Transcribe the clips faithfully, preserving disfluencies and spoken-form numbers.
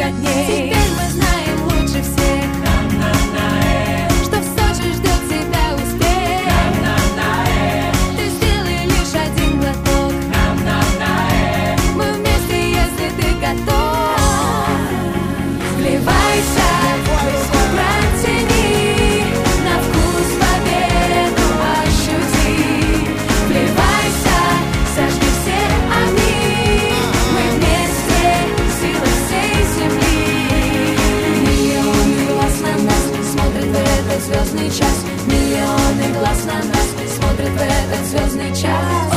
дней. Теперь мы знаем лучше всех, что в Сочи ждет тебя успех. Ты сделай лишь один глоток, мы вместе, если ты готов. Вливайся, протяни, на вкус победу ощути. Вливайся, зажги все огни, мы вместе, сила всей земли. Миллионы глаз на нас смотрят в этот звездный час. Миллионы глаз на нас смотрят в этот звездный час.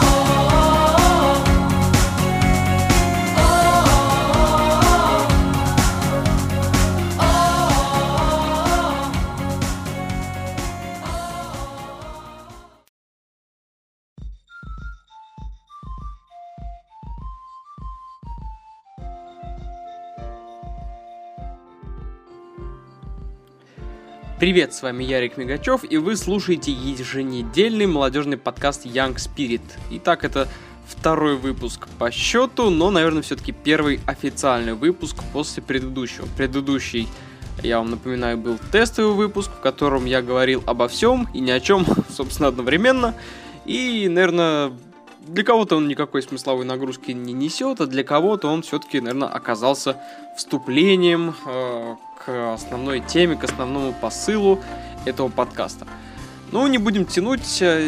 Привет, с вами Ярик Мигачев, и вы слушаете еженедельный молодежный подкаст Young Spirit. Итак, это второй выпуск по счету, но, наверное, все-таки первый официальный выпуск после предыдущего. Предыдущий, я вам напоминаю, был тестовый выпуск, в котором я говорил обо всем и ни о чем, собственно, одновременно. И, наверное, для кого-то он никакой смысловой нагрузки не несет, а для кого-то он все-таки, наверное, оказался вступлением э, к основной теме, к основному посылу этого подкаста. Ну, не будем тянуть.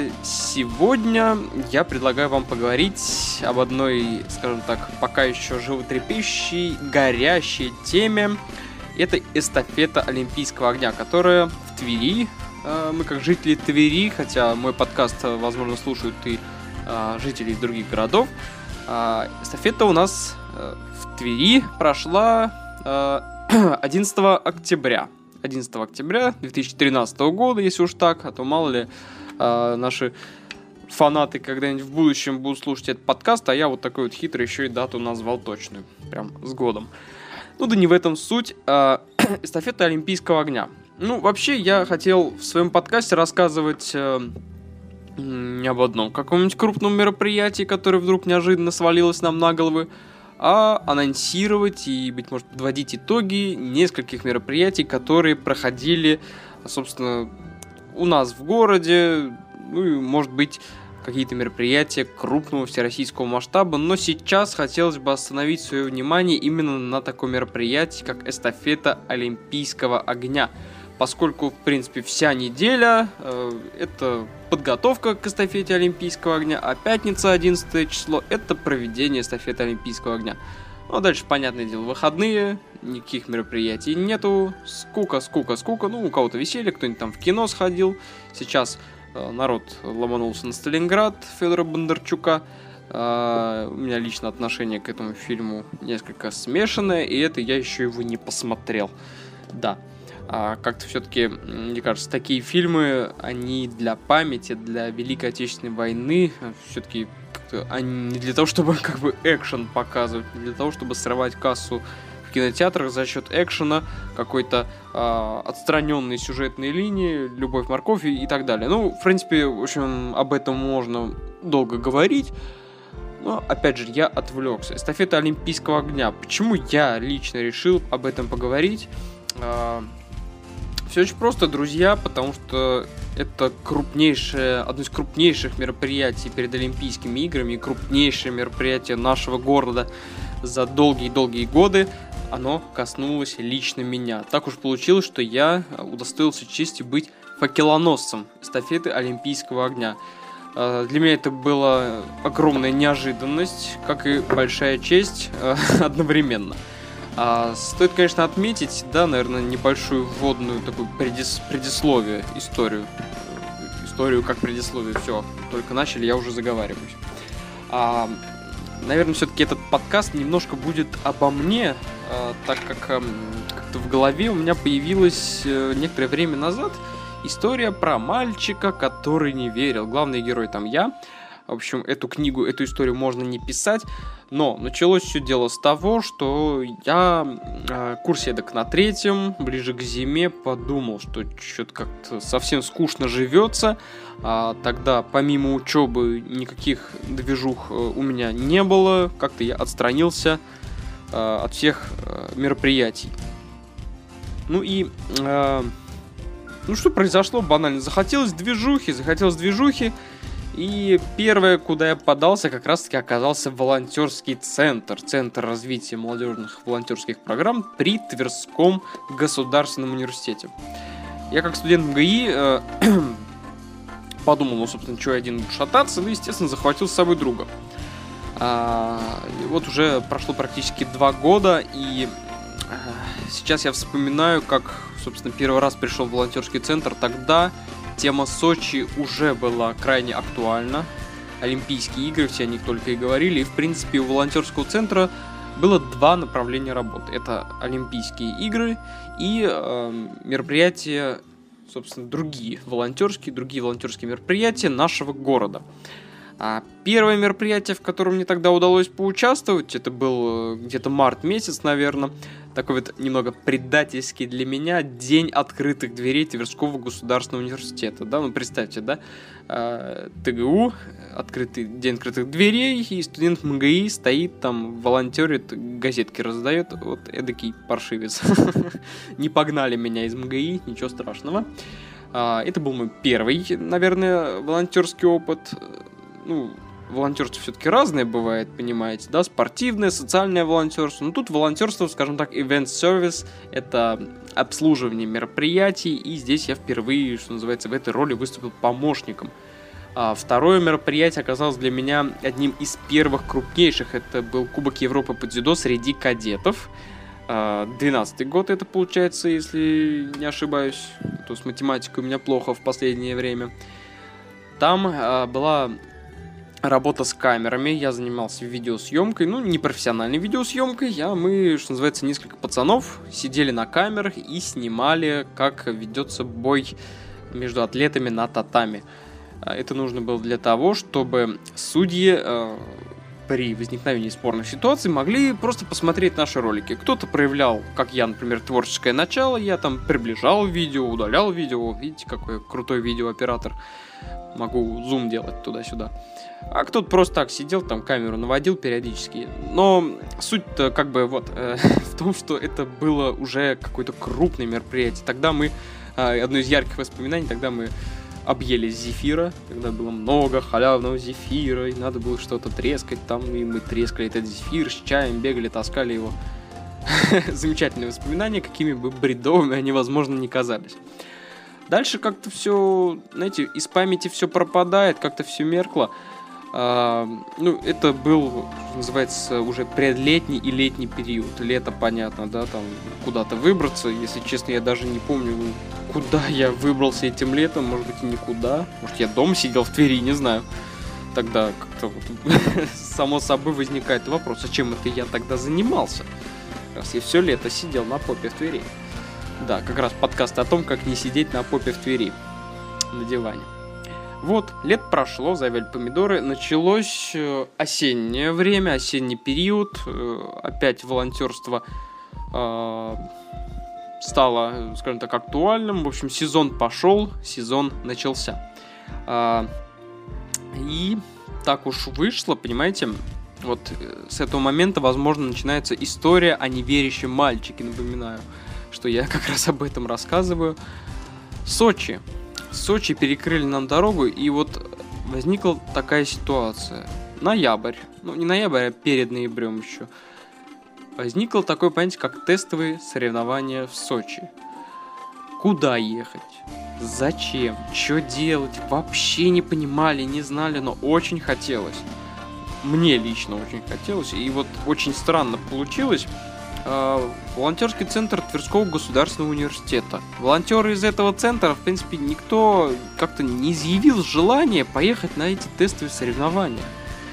Сегодня я предлагаю вам поговорить об одной, скажем так, пока еще животрепещущей, горящей теме. Это эстафета Олимпийского огня, которая в Твери. Мы, как жители Твери, хотя мой подкаст, возможно, слушают и жителей других городов, эстафета у нас в Твери прошла одиннадцатого октября. одиннадцатого октября две тысячи тринадцатого года, если уж так, а то мало ли э, наши фанаты когда-нибудь в будущем будут слушать этот подкаст, а я вот такой вот хитрый еще и дату назвал точную, прям с годом. Ну да не в этом суть. Э, эстафета Олимпийского огня. Ну, вообще, я хотел в своем подкасте рассказывать э, не об одном каком-нибудь крупном мероприятии, которое вдруг неожиданно свалилось нам на головы, а анонсировать и, быть может, подводить итоги нескольких мероприятий, которые проходили, собственно, у нас в городе, ну и, может быть, какие-то мероприятия крупного всероссийского масштаба, но сейчас хотелось бы остановить свое внимание именно на таком мероприятии, как эстафета Олимпийского огня, поскольку, в принципе, вся неделя э, это подготовка к эстафете Олимпийского огня, а пятница, одиннадцатое число, это проведение эстафеты Олимпийского огня. Ну, а дальше, понятное дело, выходные, никаких мероприятий нету, скука, скука, скука, ну, у кого-то веселье, кто-нибудь там в кино сходил, сейчас э, народ ломанулся на Сталинград Федора Бондарчука, э, у меня лично отношение к этому фильму несколько смешанное, и это я еще его не посмотрел, да. А как-то все-таки, мне кажется, такие фильмы, они для памяти, для Великой Отечественной войны, все-таки они не для того, чтобы как бы экшен показывать, не для того, чтобы срывать кассу в кинотеатрах за счет экшена, какой-то а, отстраненной сюжетной линии, любовь, морковь и, и так далее. Ну, в принципе, в общем, об этом можно долго говорить. Но, опять же, я отвлекся. Эстафета Олимпийского огня. Почему я лично решил об этом поговорить? А, Все очень просто, друзья, потому что это крупнейшее, одно из крупнейших мероприятий перед Олимпийскими играми и крупнейшее мероприятие нашего города за долгие-долгие годы. Оно коснулось лично меня. Так уж получилось, что я удостоился чести быть факелоносцем эстафеты Олимпийского огня. Для меня это была огромная неожиданность, как и большая честь одновременно. А, стоит, конечно, отметить, да, наверное, небольшую вводную такую предис- предисловие, историю. Историю как предисловие, все, только начали, я уже заговариваюсь. А, наверное, все-таки этот подкаст немножко будет обо мне, а, так как а, как-то в голове у меня появилась а, некоторое время назад история про мальчика, который не верил. Главный герой там я. В общем, эту книгу, эту историю можно не писать. Но началось все дело с того, что я э, курс эдак на третьем, ближе к зиме, подумал, что что-то как-то совсем скучно живется. А тогда помимо учебы никаких движух э, у меня не было. Как-то я отстранился э, от всех э, мероприятий. Ну и... Э, ну что произошло банально? Захотелось движухи, захотелось движухи. И первое, куда я подался, как раз таки оказался волонтерский центр. Центр развития молодежных волонтерских программ при Тверском государственном университете. Я как студент МГИ э, подумал, ну, собственно, что я один буду шататься, ну, естественно, захватил с собой друга. А, и вот уже прошло практически два года, и а, сейчас я вспоминаю, как, собственно, первый раз пришел в волонтерский центр. Тогда тема Сочи уже была крайне актуальна. Олимпийские игры, все о них только и говорили. И, в принципе, у волонтерского центра было два направления работы. Это Олимпийские игры и э, мероприятия, собственно, другие волонтерские, другие волонтерские мероприятия нашего города. А первое мероприятие, в котором мне тогда удалось поучаствовать, это был где-то март месяц, наверное, такой вот немного предательский для меня день открытых дверей Тверского государственного университета. Да, ну представьте, да, ТГУ, открытый день открытых дверей, и студент МГИ стоит там, волонтерит, газетки раздает, вот эдакий паршивец. Не погнали меня из МГИ, ничего страшного. Это был мой первый, наверное, волонтерский опыт. Ну, волонтерство все-таки разное бывает, понимаете, да, спортивное, социальное волонтерство. Но тут волонтерство, скажем так, event service, это обслуживание мероприятий, и здесь я впервые, что называется, в этой роли выступил помощником. А второе мероприятие оказалось для меня одним из первых крупнейших. Это был Кубок Европы по дзюдо среди кадетов. двенадцатый год это получается, если не ошибаюсь, то с математикой у меня плохо в последнее время. Там а, была работа с камерами, я занимался видеосъемкой, ну, не профессиональной видеосъемкой, а мы, что называется, несколько пацанов сидели на камерах и снимали, как ведется бой между атлетами на татами. Это нужно было для того, чтобы судьи э, при возникновении спорных ситуаций могли просто посмотреть наши ролики. Кто-то проявлял, как я, например, творческое начало, я там приближал видео, удалял видео, видите, какой крутой видеооператор, могу зум делать туда-сюда. А кто-то просто так сидел, там камеру наводил периодически. Но суть-то как бы вот э, в том, что это было уже какое-то крупное мероприятие. Тогда мы, э, одно из ярких воспоминаний, тогда мы объелись зефира, когда было много халявного зефира, и надо было что-то трескать там, и мы трескали этот зефир с чаем, бегали, таскали его. Замечательные воспоминания, какими бы бредовыми они, возможно, не казались. Дальше как-то все, знаете, из памяти все пропадает, как-то все меркло. А, ну, это был, что называется, уже предлетний и летний период. Лето, понятно, да, там куда-то выбраться. Если честно, я даже не помню, куда я выбрался этим летом. Может быть, и никуда. Может, я дома сидел в Твери, не знаю. Тогда как-то вот, само собой возникает вопрос, а чем это я тогда занимался? Раз я все лето сидел на попе в Твери. Да, как раз подкаст о том, как не сидеть на попе в Твери, на диване. Вот, лето прошло, завяли помидоры, началось осеннее время, осенний период, опять волонтерство э, стало, скажем так, актуальным, в общем, сезон пошел, сезон начался. Э, и так уж вышло, понимаете, вот с этого момента, возможно, начинается история о неверящем мальчике, напоминаю, что я как раз об этом рассказываю. Сочи. В Сочи перекрыли нам дорогу, и вот возникла такая ситуация. Ноябрь, ну не ноябрь, а перед ноябрем еще. Возникло такое понятие, как тестовые соревнования в Сочи. Куда ехать? Зачем? Что делать? Вообще не понимали, не знали, но очень хотелось. Мне лично очень хотелось, и вот очень странно получилось. Волонтерский центр Тверского государственного университета. Волонтеры из этого центра, в принципе, никто как-то не изъявил желания поехать на эти тестовые соревнования.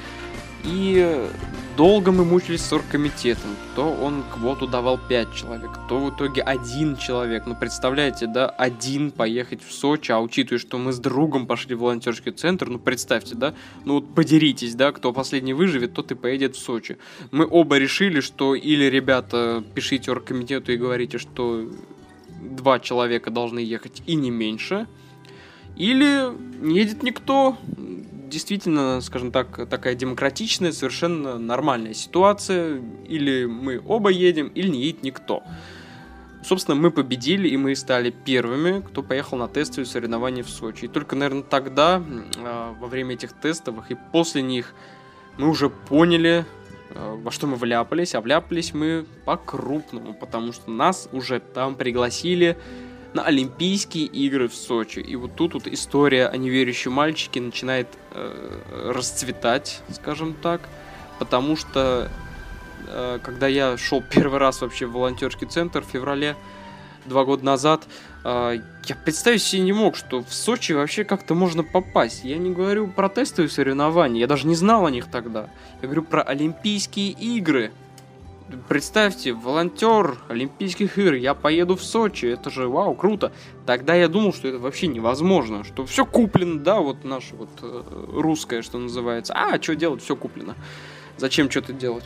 И долго мы мучились с оргкомитетом. То он квоту давал пять человек, то в итоге один человек. Ну, представляете, да, один поехать в Сочи, а учитывая, что мы с другом пошли в волонтерский центр, ну, представьте, да, ну, вот подеритесь, да, кто последний выживет, тот и поедет в Сочи. Мы оба решили, что или, ребята, пишите оргкомитету и говорите, что два человека должны ехать и не меньше, или не едет никто, действительно, скажем так, такая демократичная, совершенно нормальная ситуация. Или мы оба едем, или не едет никто. Собственно, мы победили, и мы стали первыми, кто поехал на тестовые соревнования в Сочи. И только, наверное, тогда, во время этих тестовых и после них, мы уже поняли, во что мы вляпались. А вляпались мы по-крупному, потому что нас уже там пригласили на Олимпийские игры в Сочи. И вот тут вот история о неверующем мальчике начинает э, расцветать, скажем так, потому что э, когда я шел первый раз вообще в волонтерский центр в феврале два года назад, э, я представить себе не мог, что в Сочи вообще как-то можно попасть. Я не говорю про тестовые соревнования, я даже не знал о них тогда. Я говорю про Олимпийские игры. Представьте, волонтер Олимпийских игр, я поеду в Сочи, это же вау, круто. Тогда я думал, что это вообще невозможно, что все куплено, да, вот наше вот э, русское, что называется. А, что делать, все куплено. Зачем что-то делать?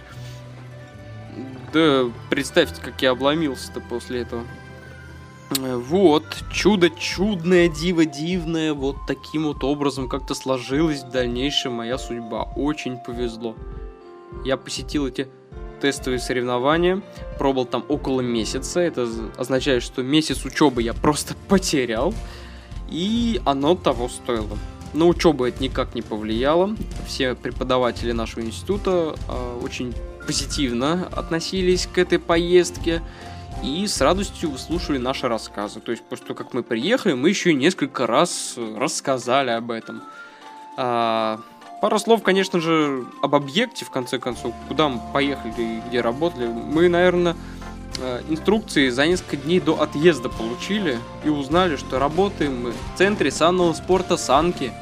Да, представьте, как я обломился-то после этого. Вот, чудо чудное, диво дивное, вот таким вот образом как-то сложилась в дальнейшем моя судьба. Очень повезло. Я посетил эти тестовые соревнования, пробовал там около месяца, это означает, что месяц учебы я просто потерял, и оно того стоило. На учебу это никак не повлияло, все преподаватели нашего института э, очень позитивно относились к этой поездке и с радостью выслушивали наши рассказы. То есть после того, как мы приехали, мы еще и несколько раз рассказали об этом. А, Пару слов, конечно же, об объекте, в конце концов, куда мы поехали и где работали. Мы, наверное, инструкции за несколько дней до отъезда получили и узнали, что работаем мы в центре санного спорта «Санки».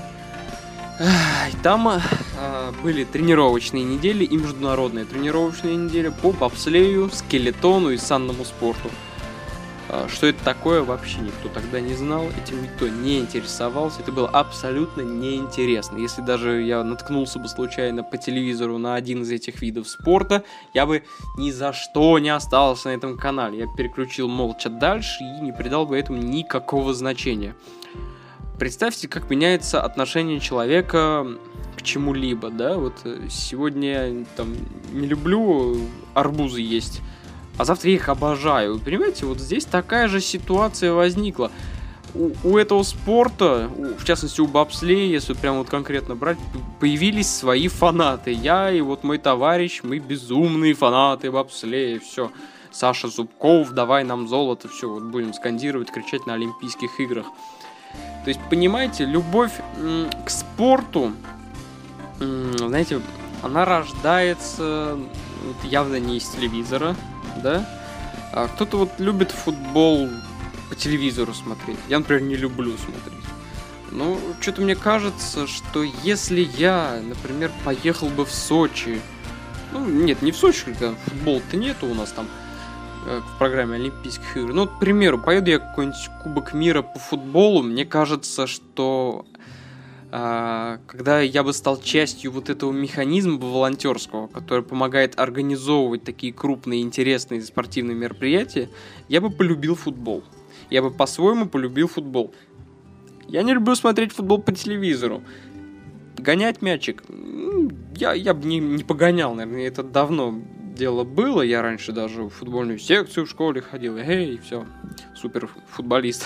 Там а, были тренировочные недели и международные тренировочные недели по бобслею, скелетону и санному спорту. Что это такое, вообще никто тогда не знал, этим никто не интересовался, это было абсолютно неинтересно. Если даже я наткнулся бы случайно по телевизору на один из этих видов спорта, я бы ни за что не остался на этом канале. Я переключил молча дальше и не придал бы этому никакого значения. Представьте, как меняется отношение человека к чему-либо, да, вот сегодня я там не люблю арбузы есть, а завтра я их обожаю. Вы понимаете, вот здесь такая же ситуация возникла. У, у этого спорта, у, в частности у бобслея, если прям вот конкретно брать, появились свои фанаты. Я и вот мой товарищ, мы безумные фанаты бобслея, все. Саша Зубков, давай нам золото, все, вот будем скандировать, кричать на Олимпийских играх. То есть, понимаете, любовь м- к спорту, м- знаете, она рождается вот, явно не из телевизора, да? А кто-то вот любит футбол по телевизору смотреть. Я, например, не люблю смотреть. Ну, что-то мне кажется, что если я, например, поехал бы в Сочи, ну, нет, не в Сочи, футбола-то нету у нас там в программе Олимпийских игр. Ну, вот, к примеру, поеду я какой-нибудь Кубок мира по футболу, мне кажется, что а, когда я бы стал частью вот этого механизма волонтерского, который помогает организовывать такие крупные, интересные спортивные мероприятия, я бы полюбил футбол. Я бы по-своему полюбил футбол. Я не люблю смотреть футбол по телевизору. Гонять мячик, я, я бы не, не погонял, наверное, это давно дело было. Я раньше даже в футбольную секцию в школе ходил. Эй, все, супер футболист.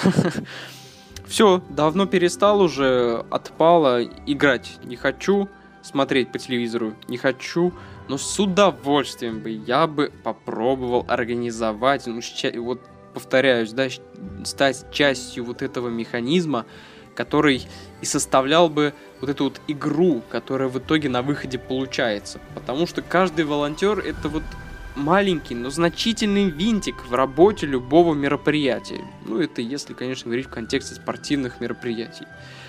Все, давно перестал уже, отпало, играть не хочу, смотреть по телевизору не хочу, но с удовольствием бы я бы попробовал организовать, ну, вот повторяюсь, да, стать частью вот этого механизма, который и составлял бы вот эту вот игру, которая в итоге на выходе получается. Потому что каждый волонтер — это вот маленький, но значительный винтик в работе любого мероприятия. Ну, это если, конечно, говорить в контексте спортивных мероприятий.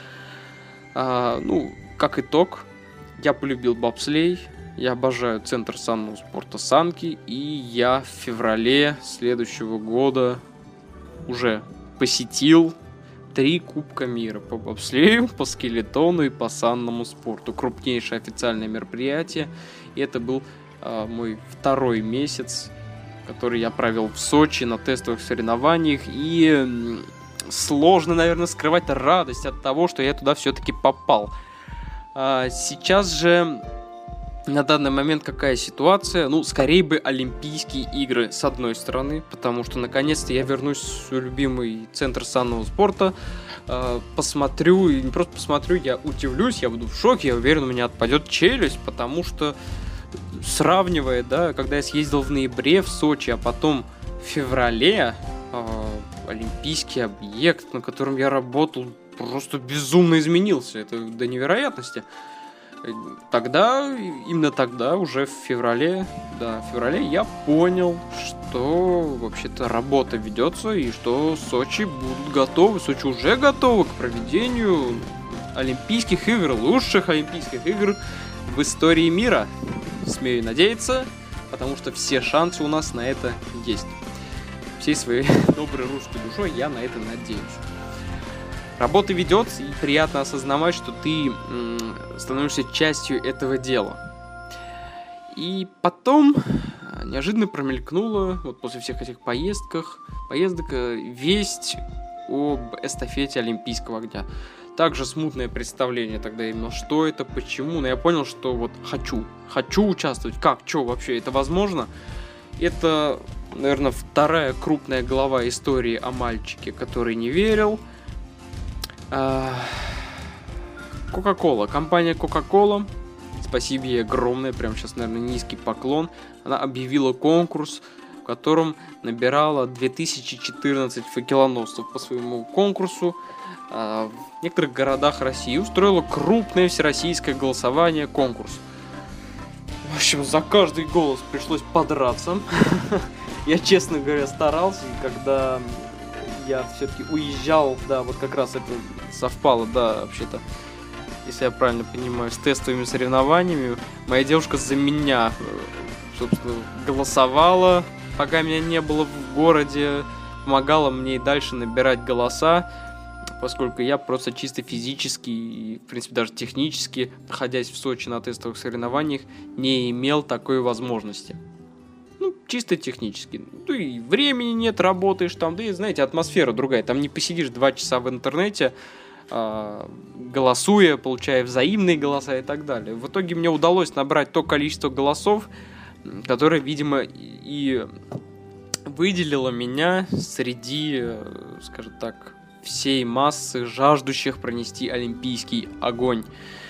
А, ну, как итог, я полюбил бобслей, я обожаю центр санного спорта «Санки», и я в феврале следующего года уже посетил три Кубка мира по бобслею, по скелетону и по санному спорту. Крупнейшее официальное мероприятие. И это был э, мой второй месяц, который я провел в Сочи на тестовых соревнованиях. И э, сложно, наверное, скрывать радость от того, что я туда все-таки попал. А, сейчас же на данный момент какая ситуация? Ну, скорее бы Олимпийские игры, с одной стороны, потому что наконец-то я вернусь в свой любимый центр санного спорта, э, посмотрю, и не просто посмотрю, я удивлюсь, я буду в шоке, я уверен, у меня отпадет челюсть, потому что, сравнивая, да, когда я съездил в ноябре в Сочи, а потом в феврале, э, олимпийский объект, на котором я работал, просто безумно изменился, это до невероятности. Тогда, именно тогда, уже в феврале, да, в феврале я понял, что вообще-то работа ведется и что Сочи будут готовы, Сочи уже готовы к проведению Олимпийских игр, лучших Олимпийских игр в истории мира. Смею надеяться, потому что все шансы у нас на это есть. Всей своей доброй русской душой я на это надеюсь. Работа ведется, и приятно осознавать, что ты м, становишься частью этого дела. И потом неожиданно промелькнула, вот после всех этих поездках, поездок, весть об эстафете Олимпийского огня. Также смутное представление тогда именно, что это, почему, но я понял, что вот хочу, хочу участвовать, как, что вообще, это возможно? Это, наверное, вторая крупная глава истории о мальчике, который не верил. Кока-кола. Компания Coca-Cola, спасибо ей огромное, прямо сейчас, наверное, низкий поклон. Она объявила конкурс, в котором набирала две тысячи четырнадцать факелоносцев по своему конкурсу. В некоторых городах России устроила крупное всероссийское голосование, конкурс. В общем, за каждый голос пришлось подраться. Я, честно говоря, старался, и когда я все-таки уезжал, да, вот как раз это совпало, да, вообще-то, если я правильно понимаю, с тестовыми соревнованиями. Моя девушка за меня, собственно, голосовала, пока меня не было в городе, помогала мне и дальше набирать голоса, поскольку я просто чисто физически и, в принципе, даже технически, находясь в Сочи на тестовых соревнованиях, не имел такой возможности. Ну, чисто технически. Ну и времени нет, работаешь там, да и, знаете, атмосфера другая. Там не посидишь два часа в интернете, э, голосуя, получая взаимные голоса и так далее. В итоге мне удалось набрать то количество голосов, которое, видимо, и выделило меня среди, скажем так, всей массы жаждущих пронести олимпийский огонь.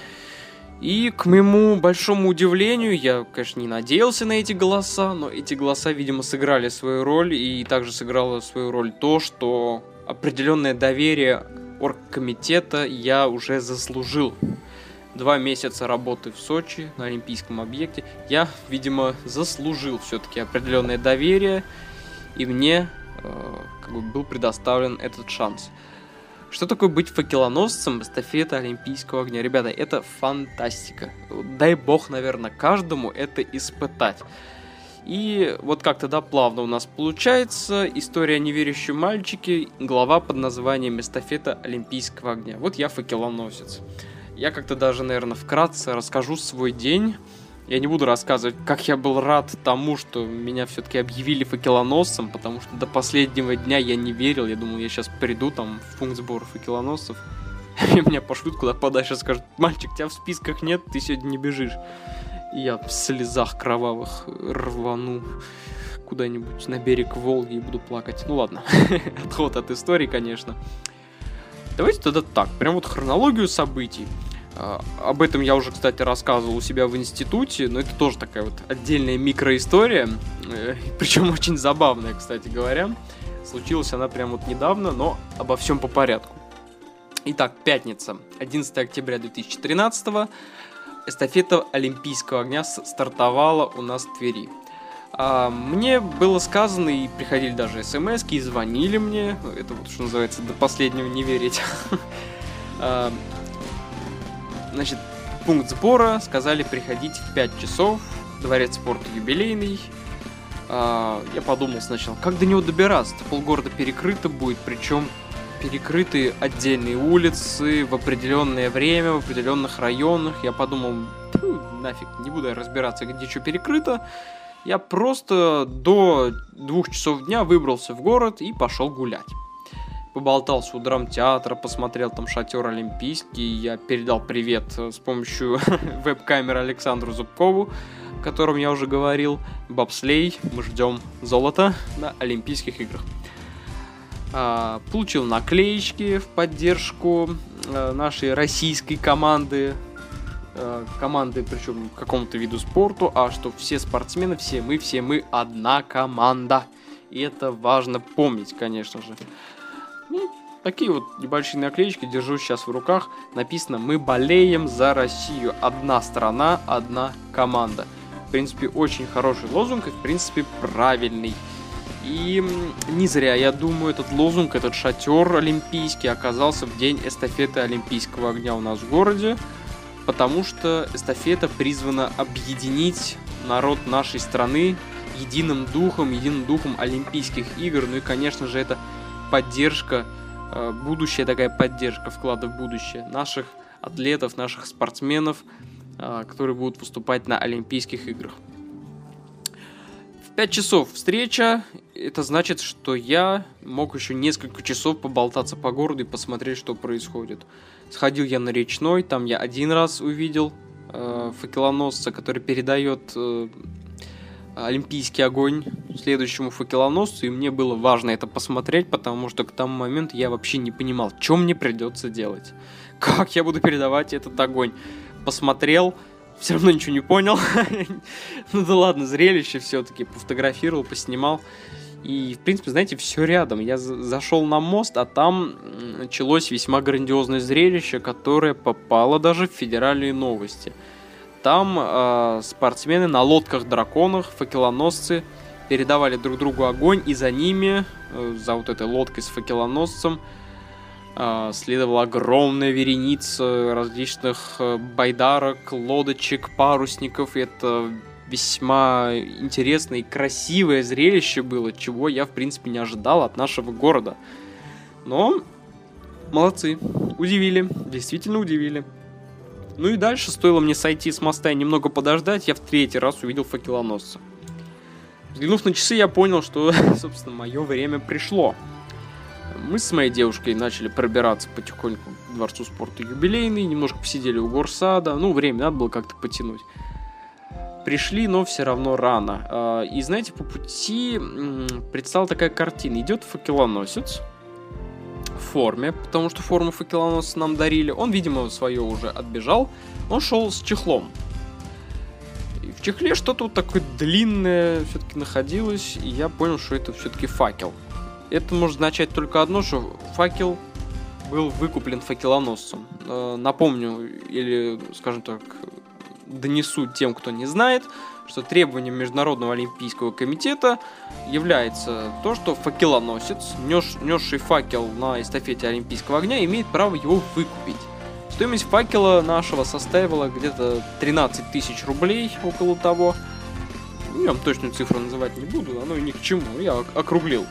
И, к моему большому удивлению, я, конечно, не надеялся на эти голоса, но эти голоса, видимо, сыграли свою роль, и также сыграло свою роль то, что определенное доверие оргкомитета я уже заслужил. Два месяца работы в Сочи на олимпийском объекте я, видимо, заслужил все-таки определенное доверие, и мне э, как бы был предоставлен этот шанс. Что такое быть факелоносцем эстафеты Олимпийского огня? Ребята, это фантастика. Дай бог, наверное, каждому это испытать. И вот как-то, да, плавно у нас получается история о неверящем мальчике, глава под названием «Эстафета Олимпийского огня». Вот я факелоносец. Я как-то даже, наверное, вкратце расскажу свой день. Я не буду рассказывать, как я был рад тому, что меня все-таки объявили факелоносцем, потому что до последнего дня я не верил. Я думал, я сейчас приду там в пункт сбора факелоносцев, и меня пошлют куда подальше, скажут: мальчик, тебя в списках нет, ты сегодня не бежишь. И я в слезах кровавых рвану куда-нибудь на берег Волги и буду плакать. Ну ладно, отход от истории, конечно. Давайте тогда так, прям вот хронологию событий. Об этом я уже, кстати, рассказывал у себя в институте, но это тоже такая вот отдельная микроистория, причем очень забавная, кстати говоря. Случилась она прям вот недавно, но обо всем по порядку. Итак, пятница, одиннадцатого октября две тысячи тринадцатого, эстафета Олимпийского огня стартовала у нас в Твери. Мне было сказано, и приходили даже смски, и звонили мне, это вот что называется до последнего не верить. Значит, пункт сбора, сказали приходить в пять часов, дворец спорта юбилейный. Я подумал сначала, как до него добираться? Полгорода перекрыто будет, причем перекрыты отдельные улицы в определенное время, в определенных районах. Я подумал, нафиг, не буду я разбираться, где что перекрыто. Я просто до двух часов дня выбрался в город и пошел гулять. поболтался у драмтеатра, посмотрел там «Шатер Олимпийский». Я передал привет с помощью веб-камеры Александру Зубкову, о котором я уже говорил. Бобслей, мы ждем золота на Олимпийских играх. А, получил наклеечки в поддержку а, нашей российской команды. А, команды, причем к какому-то виду спорту. А что все спортсмены, все мы, все мы одна команда. И это важно помнить, конечно же. Ну, такие вот небольшие наклеечки держу сейчас в руках. Написано: мы болеем за Россию. Одна страна, одна команда. В принципе, очень хороший лозунг и, в принципе, правильный. И не зря, я думаю, этот лозунг, этот шатер олимпийский оказался в день эстафеты Олимпийского огня у нас в городе, потому что эстафета призвана объединить народ нашей страны единым духом, единым духом Олимпийских игр. Ну и, конечно же, это поддержка, будущая такая поддержка, вклада в будущее наших атлетов, наших спортсменов, которые будут выступать на Олимпийских играх. В пять часов встреча. Это значит, что я мог еще несколько часов поболтаться по городу и посмотреть, что происходит. Сходил я на Речной, там я один раз увидел э, факелоносца, который передает э, олимпийский огонь следующему факелоносцу, и мне было важно это посмотреть, потому что к тому моменту я вообще не понимал, что мне придется делать. Как я буду передавать этот огонь? Посмотрел, все равно ничего не понял. Ну да ладно, зрелище все-таки. Пофотографировал, поснимал. И, в принципе, знаете, все рядом. Я зашел на мост, а там началось весьма грандиозное зрелище, которое попало даже в федеральные новости. Там э, спортсмены на лодках-драконах, факелоносцы, передавали друг другу огонь, и за ними, э, за вот этой лодкой с факелоносцем, э, следовала огромная вереница различных э, байдарок, лодочек, парусников. И это весьма интересное и красивое зрелище было, чего я, в принципе, не ожидал от нашего города. Но молодцы, удивили, действительно удивили. Ну и дальше стоило мне сойти с моста и немного подождать, я в третий раз увидел факелоносца. Взглянув на часы, я понял, что, собственно, мое время пришло. Мы с моей девушкой начали пробираться потихоньку к Дворцу спорта Юбилейный, немножко посидели у горсада, ну, время надо было как-то потянуть. Пришли, но все равно рано. И, знаете, по пути предстала такая картина. Идет факелоносец в форме, потому что форму факелоносца нам дарили. Он, видимо, свое уже отбежал. Он шел с чехлом. И в чехле что-то вот такое длинное все-таки находилось, и я понял, что это все-таки факел. Это может означать только одно, что факел был выкуплен факелоносцем. Напомню, или, скажем так, донесу тем, кто не знает, что требованием Международного олимпийского комитета является то, что факелоносец, нес, несший факел на эстафете Олимпийского огня, имеет право его выкупить. Стоимость факела нашего составила где-то тринадцать тысяч рублей, около того. Я вам точную цифру называть не буду, оно и ни к чему, я округлил.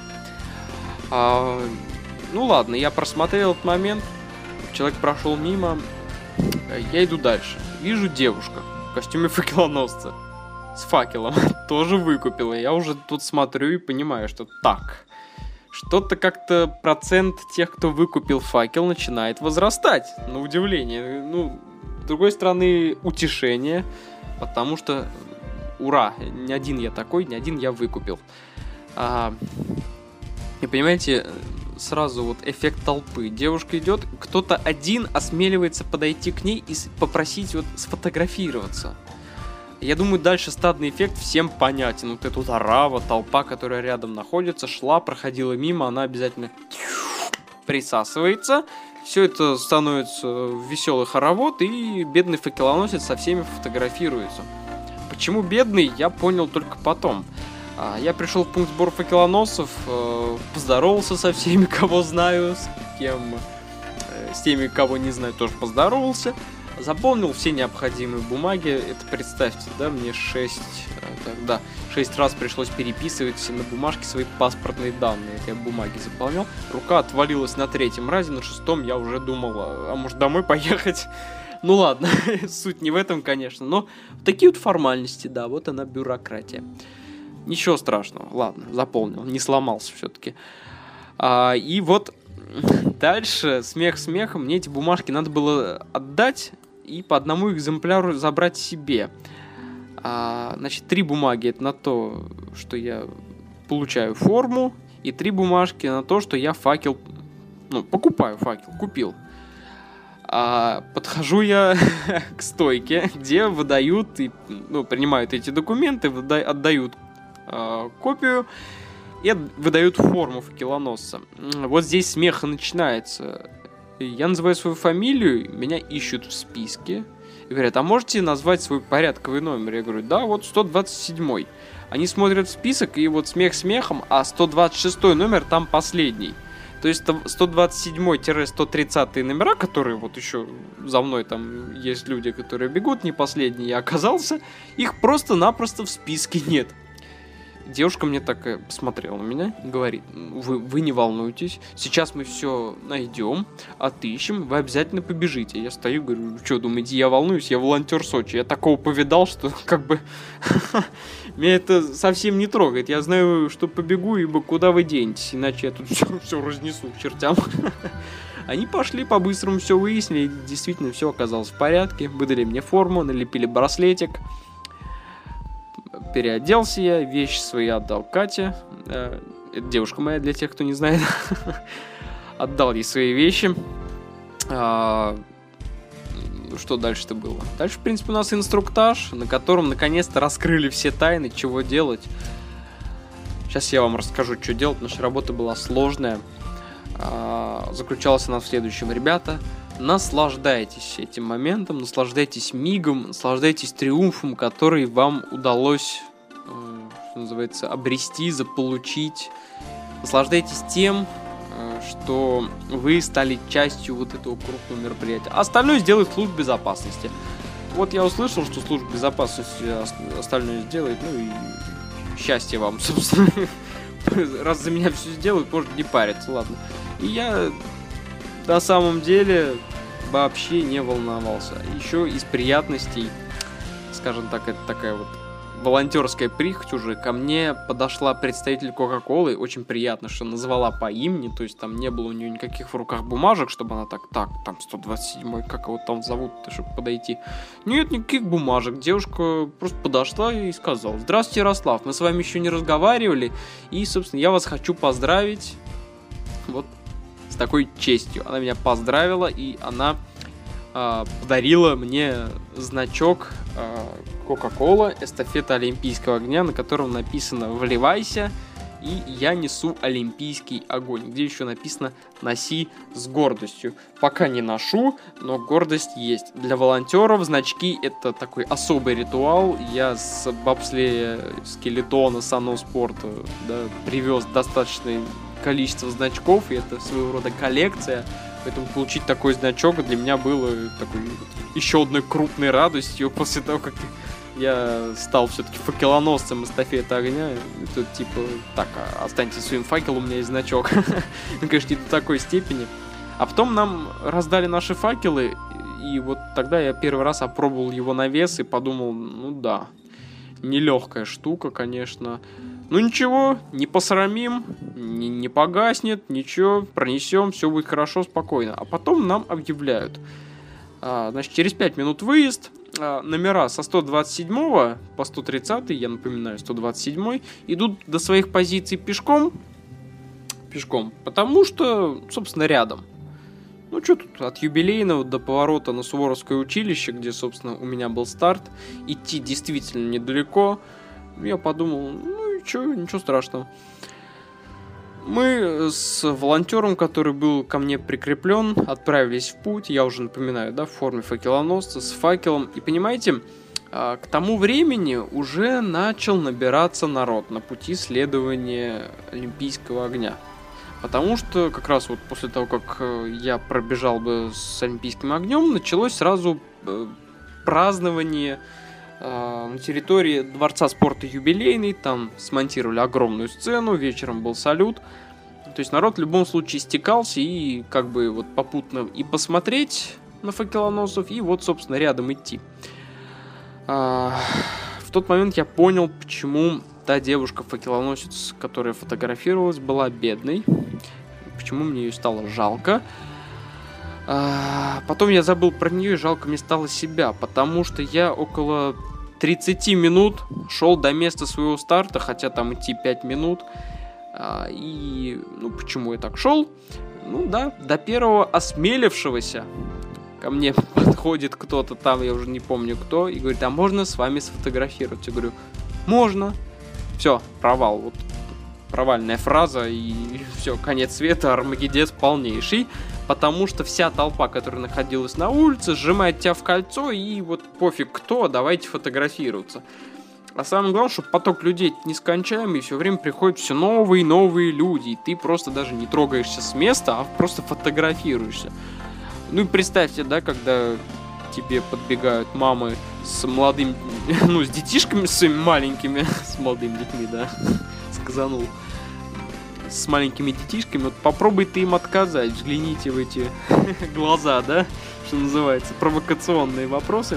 А, ну ладно, я просмотрел этот момент, человек прошел мимо, я иду дальше. Вижу девушка в костюме факелоносца с факелом, тоже выкупила. Я уже тут смотрю и понимаю, что так, что-то как-то процент тех, кто выкупил факел, начинает возрастать, на удивление. Ну, с другой стороны, утешение, потому что, ура, не один я такой, не один я выкупил. А, и понимаете, сразу вот эффект толпы. Девушка идет, кто-то один осмеливается подойти к ней и попросить вот сфотографироваться. Я думаю, дальше стадный эффект всем понятен. Вот эта вот орава, толпа, которая рядом находится, шла, проходила мимо, она обязательно присасывается. Все это становится в веселый хоровод, и бедный факелоносец со всеми фотографируется. Почему бедный, я понял только потом. Я пришел в пункт сбора факелоносцев, поздоровался со всеми, кого знаю, с кем, с теми, кого не знаю, тоже поздоровался. Заполнил все необходимые бумаги. Это, представьте, да, мне шесть, да, шесть раз пришлось переписывать на бумажке свои паспортные данные. Я бумаги заполнял. Рука отвалилась на третьем разе, на шестом я уже думал, а может домой поехать? Ну ладно, суть не в этом, конечно, но такие вот формальности, да, вот она бюрократия. Ничего страшного, ладно, заполнил, не сломался все-таки. А, и вот Дальше, смех смехом, мне эти бумажки надо было отдать и по одному экземпляру забрать себе. А, значит, три бумаги это на то, что я получаю форму, и три бумажки на то, что я факел, ну, покупаю факел, купил. А, подхожу я к стойке, где выдают, и, ну, принимают эти документы, выда- отдают а, копию и выдают форму факелоносца. Вот здесь смех начинается. Я называю свою фамилию, меня ищут в списке. И говорят, а можете назвать свой порядковый номер? Я говорю, да, вот сто двадцать седьмой. Они смотрят в список, и вот смех смехом, а сто двадцать шестой номер там последний. То есть сто двадцать седьмой - сто тридцатый номера, которые вот еще за мной там есть люди, которые бегут, не последний я оказался, их просто-напросто в списке нет. Девушка мне так посмотрела на меня и говорит, вы, вы не волнуйтесь, сейчас мы все найдем, отыщем, вы обязательно побежите. Я стою, говорю, что думаете, я волнуюсь, я волонтер Сочи. Я такого повидал, что как бы меня это совсем не трогает. Я знаю, что побегу, ибо куда вы денетесь, иначе я тут все, все разнесу к чертям. Они пошли по-быстрому, все выяснили, действительно все оказалось в порядке, выдали мне форму, налепили браслетик. Переоделся я, вещи свои отдал Кате. Это девушка моя, для тех, кто не знает. Отдал ей свои вещи. А, что дальше-то было? Дальше, в принципе, у нас инструктаж, на котором наконец-то раскрыли все тайны, чего делать. Сейчас я вам расскажу, что делать. Наша работа была сложная. А, заключалась она в следующем. Ребята, наслаждайтесь этим моментом, наслаждайтесь мигом, наслаждайтесь триумфом, который вам удалось, э, что называется, обрести, заполучить. Наслаждайтесь тем, э, что вы стали частью вот этого крупного мероприятия. Остальное сделает служба безопасности. Вот я услышал, что служба безопасности остальное сделает, ну и счастье вам, собственно. Раз за меня все сделают, может не париться, ладно. И я на самом деле вообще не волновался. Еще из приятностей, скажем так, это такая вот волонтерская прихоть уже. Ко мне подошла представитель Кока-Колы, очень приятно, что назвала по имени, то есть там не было у нее никаких в руках бумажек, чтобы она так, так, там сто двадцать седьмой, как его там зовут, чтобы подойти. Нет никаких бумажек. Девушка просто подошла и сказала: здравствуйте, Ярослав, мы с вами еще не разговаривали, и, собственно, я вас хочу поздравить вот с такой честью. Она меня поздравила, и она э, подарила мне значок э, Coca-Cola, эстафета Олимпийского огня, на котором написано «Вливайся», и я несу олимпийский огонь, где еще написано «Носи с гордостью». Пока не ношу, но гордость есть. Для волонтеров значки — это такой особый ритуал. Я с бобслея скелетона Саноспорта, да, привез достаточное количество значков, и это своего рода коллекция. Поэтому получить такой значок для меня было такой еще одной крупной радостью после того, как я стал все-таки факелоносцем эстафеты огня. Это типа, так, останьтесь своим факелом, у меня есть значок. Ну, конечно, не до такой степени. А потом нам раздали наши факелы, и вот тогда я первый раз опробовал его на вес и подумал, ну да, нелегкая штука, конечно. Ну ничего, не посрамим, не, не погаснет, ничего, пронесем, все будет хорошо, спокойно. А потом нам объявляют, а, значит, через пять минут выезд, а, номера со сто двадцать седьмого по сто тридцатый, я напоминаю, сто двадцать седьмой, идут до своих позиций пешком, пешком, потому что, собственно, рядом. Ну что тут, от юбилейного до поворота на Суворовское училище, где, собственно, у меня был старт, идти действительно недалеко. Я подумал, ну и что, ничего страшного. Мы с волонтером, который был ко мне прикреплен, отправились в путь. Я уже напоминаю, да, в форме факелоносца, с факелом. И понимаете, к тому времени уже начал набираться народ на пути следования Олимпийского огня. Потому что как раз вот после того, как я пробежал бы с Олимпийским огнем, началось сразу празднование на территории Дворца спорта Юбилейный. Там смонтировали огромную сцену, вечером был салют. То есть народ в любом случае стекался, и как бы вот попутно и посмотреть на факелоносцев, и вот, собственно, рядом идти. А, в тот момент я понял, почему та девушка-факелоносец, которая фотографировалась, была бедной. почему мне ее стало жалко. А, потом я забыл про нее, и жалко мне стало себя, потому что я около тридцать минут шел до места своего старта, хотя там идти пять минут. А, и, ну, почему я так шел? Ну да, до первого осмелившегося ко мне подходит кто-то там, я уже не помню кто, и говорит: а можно с вами сфотографировать? Я говорю: можно. Все, провал, вот провальная фраза, и все, конец света, армагеддец полнейший, потому что вся толпа, которая находилась на улице, сжимает тебя в кольцо, и вот пофиг кто, давайте фотографироваться. А самое главное, что поток людей нескончаемый, и все время приходят все новые и новые люди, и ты просто даже не трогаешься с места, а просто фотографируешься. Ну и представьте, да, когда тебе подбегают мамы с молодыми, ну, с детишками своими маленькими, с молодыми детьми, да, сказанул, с маленькими детишками, вот попробуй ты им отказать, взгляните в эти глаза, да, что называется, провокационные вопросы.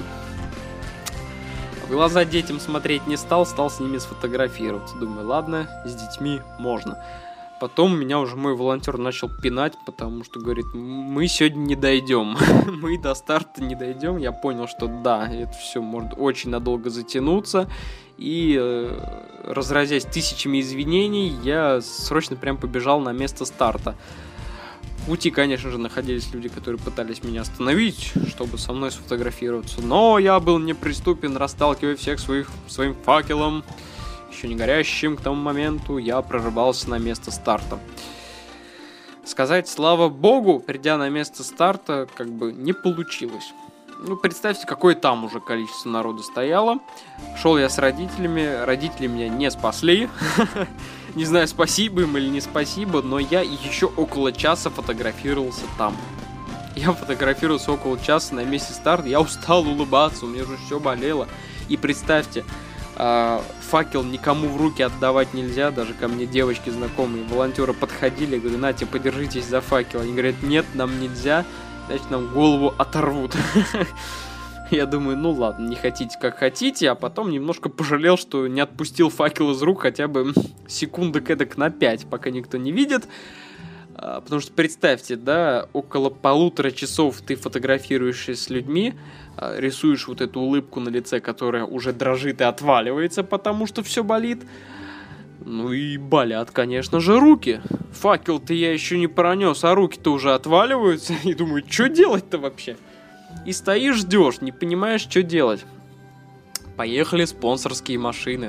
В глаза детям смотреть не стал, стал с ними сфотографироваться. Думаю, ладно, с детьми можно. Потом меня уже мой волонтер начал пинать, потому что говорит: мы сегодня не дойдем, мы до старта не дойдем. Я понял, что да, это все может очень надолго затянуться. И, э, разразясь тысячами извинений, я срочно прям побежал на место старта. В пути, конечно же, находились люди, которые пытались меня остановить, чтобы со мной сфотографироваться. Но я был неприступен, расталкивая всех своих, своим факелом. Еще не горящим к тому моменту, я прорывался на место старта. Сказать слава богу, придя на место старта, как бы не получилось. Ну, представьте, какое там уже количество народу стояло. Шел я с родителями, родители меня не спасли. Не знаю, спасибо им или не спасибо, но я еще около часа фотографировался там. Я фотографировался около часа на месте старта, я устал улыбаться, у меня уже все болело. И представьте, факел никому в руки отдавать нельзя, даже ко мне девочки знакомые, волонтеры подходили, я говорю: нате, подержитесь за факел. Они говорят: нет, нам нельзя, значит, нам голову оторвут. Я думаю, ну ладно, не хотите как хотите, а потом немножко пожалел, что не отпустил факел из рук хотя бы секундок эдак на пять, пока никто не видит. Потому что представьте, да, около полутора часов ты фотографируешься с людьми, рисуешь вот эту улыбку на лице, которая уже дрожит и отваливается, потому что все болит. Ну и болят, конечно же, руки. Факел-то я еще не пронес, а руки-то уже отваливаются. И думаю, что делать-то вообще? И стоишь, ждешь, не понимаешь, что делать. Поехали спонсорские машины.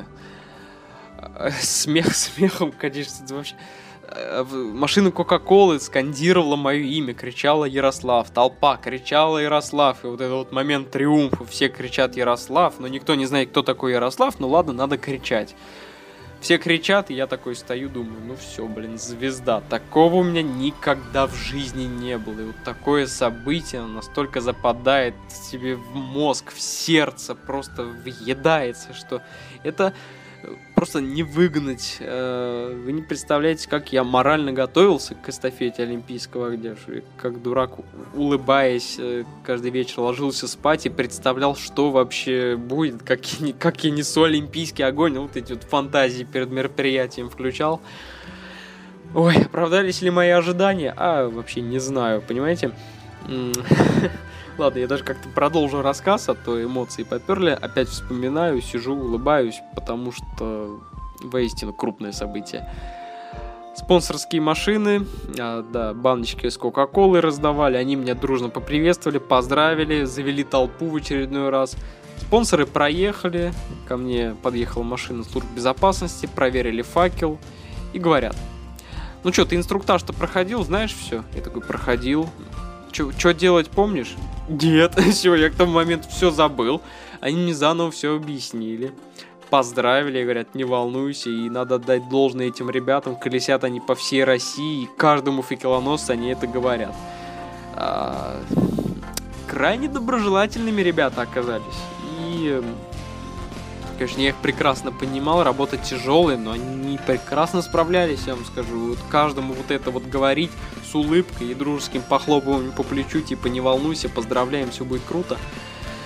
Смех смехом, конечно, это вообще... Машина Кока-Колы скандировала мое имя, кричала Ярослав. Толпа кричала Ярослав. И вот этот вот момент триумфа. Все кричат Ярослав, но никто не знает, кто такой Ярослав. Ну ладно, надо кричать. Все кричат, и я такой стою, думаю, ну все, блин, звезда. Такого у меня никогда в жизни не было. И вот такое событие настолько западает себе в мозг, в сердце, просто въедается, что это просто не выгнать. Вы не представляете, как я морально готовился к эстафете олимпийского огня. Как дурак, улыбаясь, каждый вечер ложился спать и представлял, что вообще будет, как я, как я несу олимпийский огонь. Вот эти вот фантазии перед мероприятием включал. Ой, оправдались ли мои ожидания? А, вообще не знаю, понимаете? Ладно, я даже как-то продолжу рассказ, а то эмоции поперли. Опять вспоминаю, сижу, улыбаюсь, потому что воистину крупное событие. Спонсорские машины, а, да, баночки с Кока-Колой раздавали. Они меня дружно поприветствовали, поздравили, завели толпу в очередной раз. Спонсоры проехали, ко мне подъехала машина службы безопасности, проверили факел и говорят: ну что, ты инструктаж-то проходил, знаешь все? Я такой: проходил. Что делать, помнишь? Нет, все, я к тому моменту все забыл. Они мне заново все объяснили. Поздравили, говорят, не волнуйся, и надо отдать должное этим ребятам. Колесят они по всей России, и каждому факелоносцу они это говорят. А, крайне доброжелательными ребята оказались. И, конечно, я их прекрасно понимал, работа тяжелая, но они прекрасно справлялись, я вам скажу. Вот каждому вот это вот говорить с улыбкой и дружеским похлопыванием по плечу, типа не волнуйся, поздравляем, все будет круто.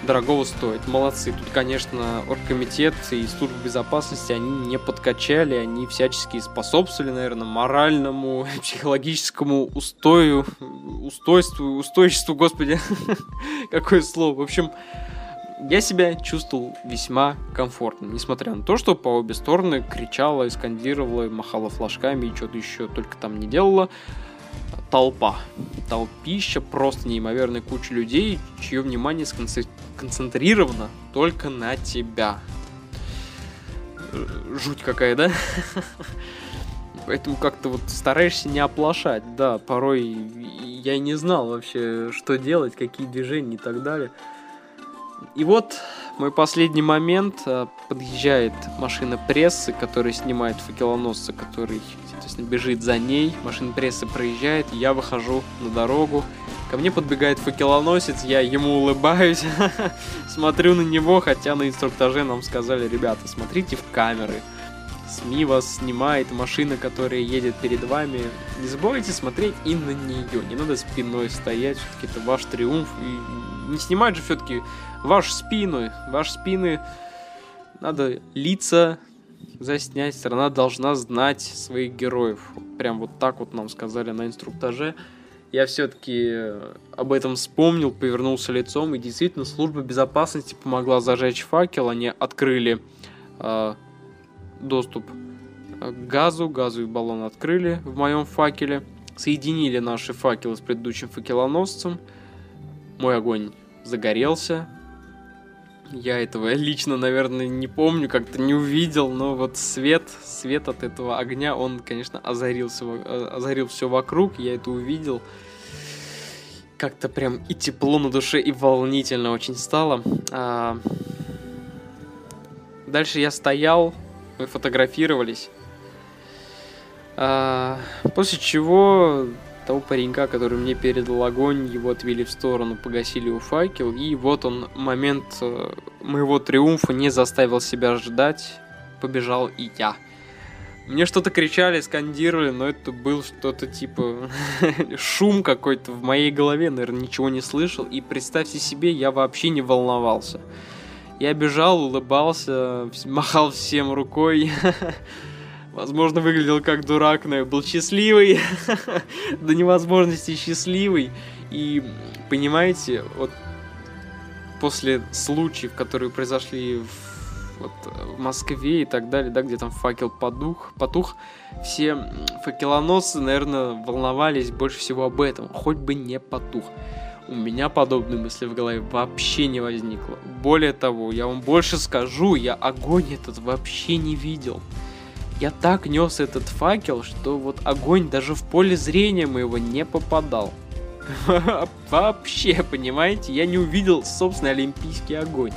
дорогого стоит. Молодцы. Тут, конечно, оргкомитет и служба безопасности, они не подкачали, они всячески способствовали, наверное, моральному, психологическому устою, устойству, устойчеству, господи, какое слово. В общем, я себя чувствовал весьма комфортно, несмотря на то, что по обе стороны кричала, и скандировала, и махала флажками, и что-то еще только там не делала. Толпа. Толпища, просто неимоверная куча людей, чье внимание сконцентрировано только на тебя. Жуть какая, да? Поэтому как-то вот стараешься не оплошать. Да, порой я и не знал вообще, что делать, какие движения и так далее. И вот мой последний момент. Подъезжает машина прессы, которая снимает факелоносца, который, соответственно, бежит за ней. Машина прессы проезжает, я выхожу на дорогу. Ко мне подбегает факелоносец, я ему улыбаюсь, смотрю на него, хотя на инструктаже нам сказали: ребята, смотрите в камеры. СМИ вас снимает, машина, которая едет перед вами. Не забывайте смотреть и на нее. Не надо спиной стоять, все-таки это ваш триумф. И не снимать же все-таки вашу спину. Ваши спины надо лица заснять. Страна должна знать своих героев. Прям вот так вот нам сказали на инструктаже. Я все-таки об этом вспомнил, повернулся лицом. И действительно, служба безопасности помогла зажечь факел. Они открыли э, доступ к газу. Газовый баллон открыли в моем факеле. Соединили наши факелы с предыдущим факелоносцем. Мой огонь загорелся. Я этого лично, наверное, не помню, как-то не увидел, но вот свет, свет от этого огня, он, конечно, озарился, озарил все вокруг, я это увидел. Как-то прям и тепло на душе, и волнительно очень стало. А... Дальше я стоял, мы фотографировались. А... После чего того паренька, который мне передал огонь, его отвели в сторону, погасили его факел, и вот он, момент моего триумфа не заставил себя ждать, побежал и я. Мне что-то кричали, скандировали, но это был что-то типа шум какой-то в моей голове, наверное, ничего не слышал, и представьте себе, я вообще не волновался. Я бежал, улыбался, махал всем рукой. Возможно, выглядел как дурак, но я был счастливый, до невозможности счастливый. И, понимаете, вот после случаев, которые произошли в, вот, в Москве и так далее, да, где там факел потух, потух, все факелоносцы, наверное, волновались больше всего об этом, хоть бы не потух. У меня подобной мысли в голове вообще не возникло. Более того, я вам больше скажу, я огонь этот вообще не видел. Я так нес этот факел, что вот огонь даже в поле зрения моего не попадал. Вообще, понимаете? Я не увидел собственный олимпийский огонь.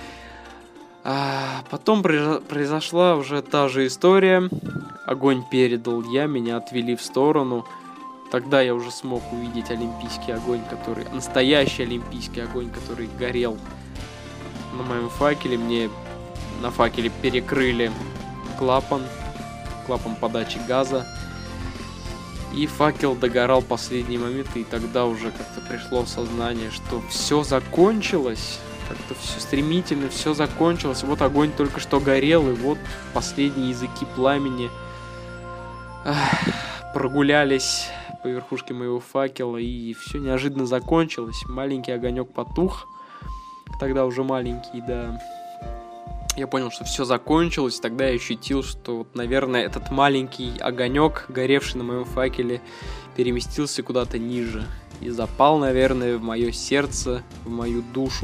А потом произошла уже та же история. Огонь передал я, меня отвели в сторону. Тогда я уже смог увидеть олимпийский огонь, который... Настоящий олимпийский огонь, который горел на моем факеле. Мне на факеле перекрыли клапан. клапан подачи газа, и факел догорал последние моменты, и тогда уже как-то пришло сознание, что все закончилось, как-то все стремительно, все закончилось, вот огонь только что горел, и вот последние языки пламени ах, прогулялись по верхушке моего факела, и все неожиданно закончилось, маленький огонек потух, тогда уже маленький, да. Я понял, что все закончилось, тогда я ощутил, что, вот, наверное, этот маленький огонек, горевший на моем факеле, переместился куда-то ниже и запал, наверное, в мое сердце, в мою душу.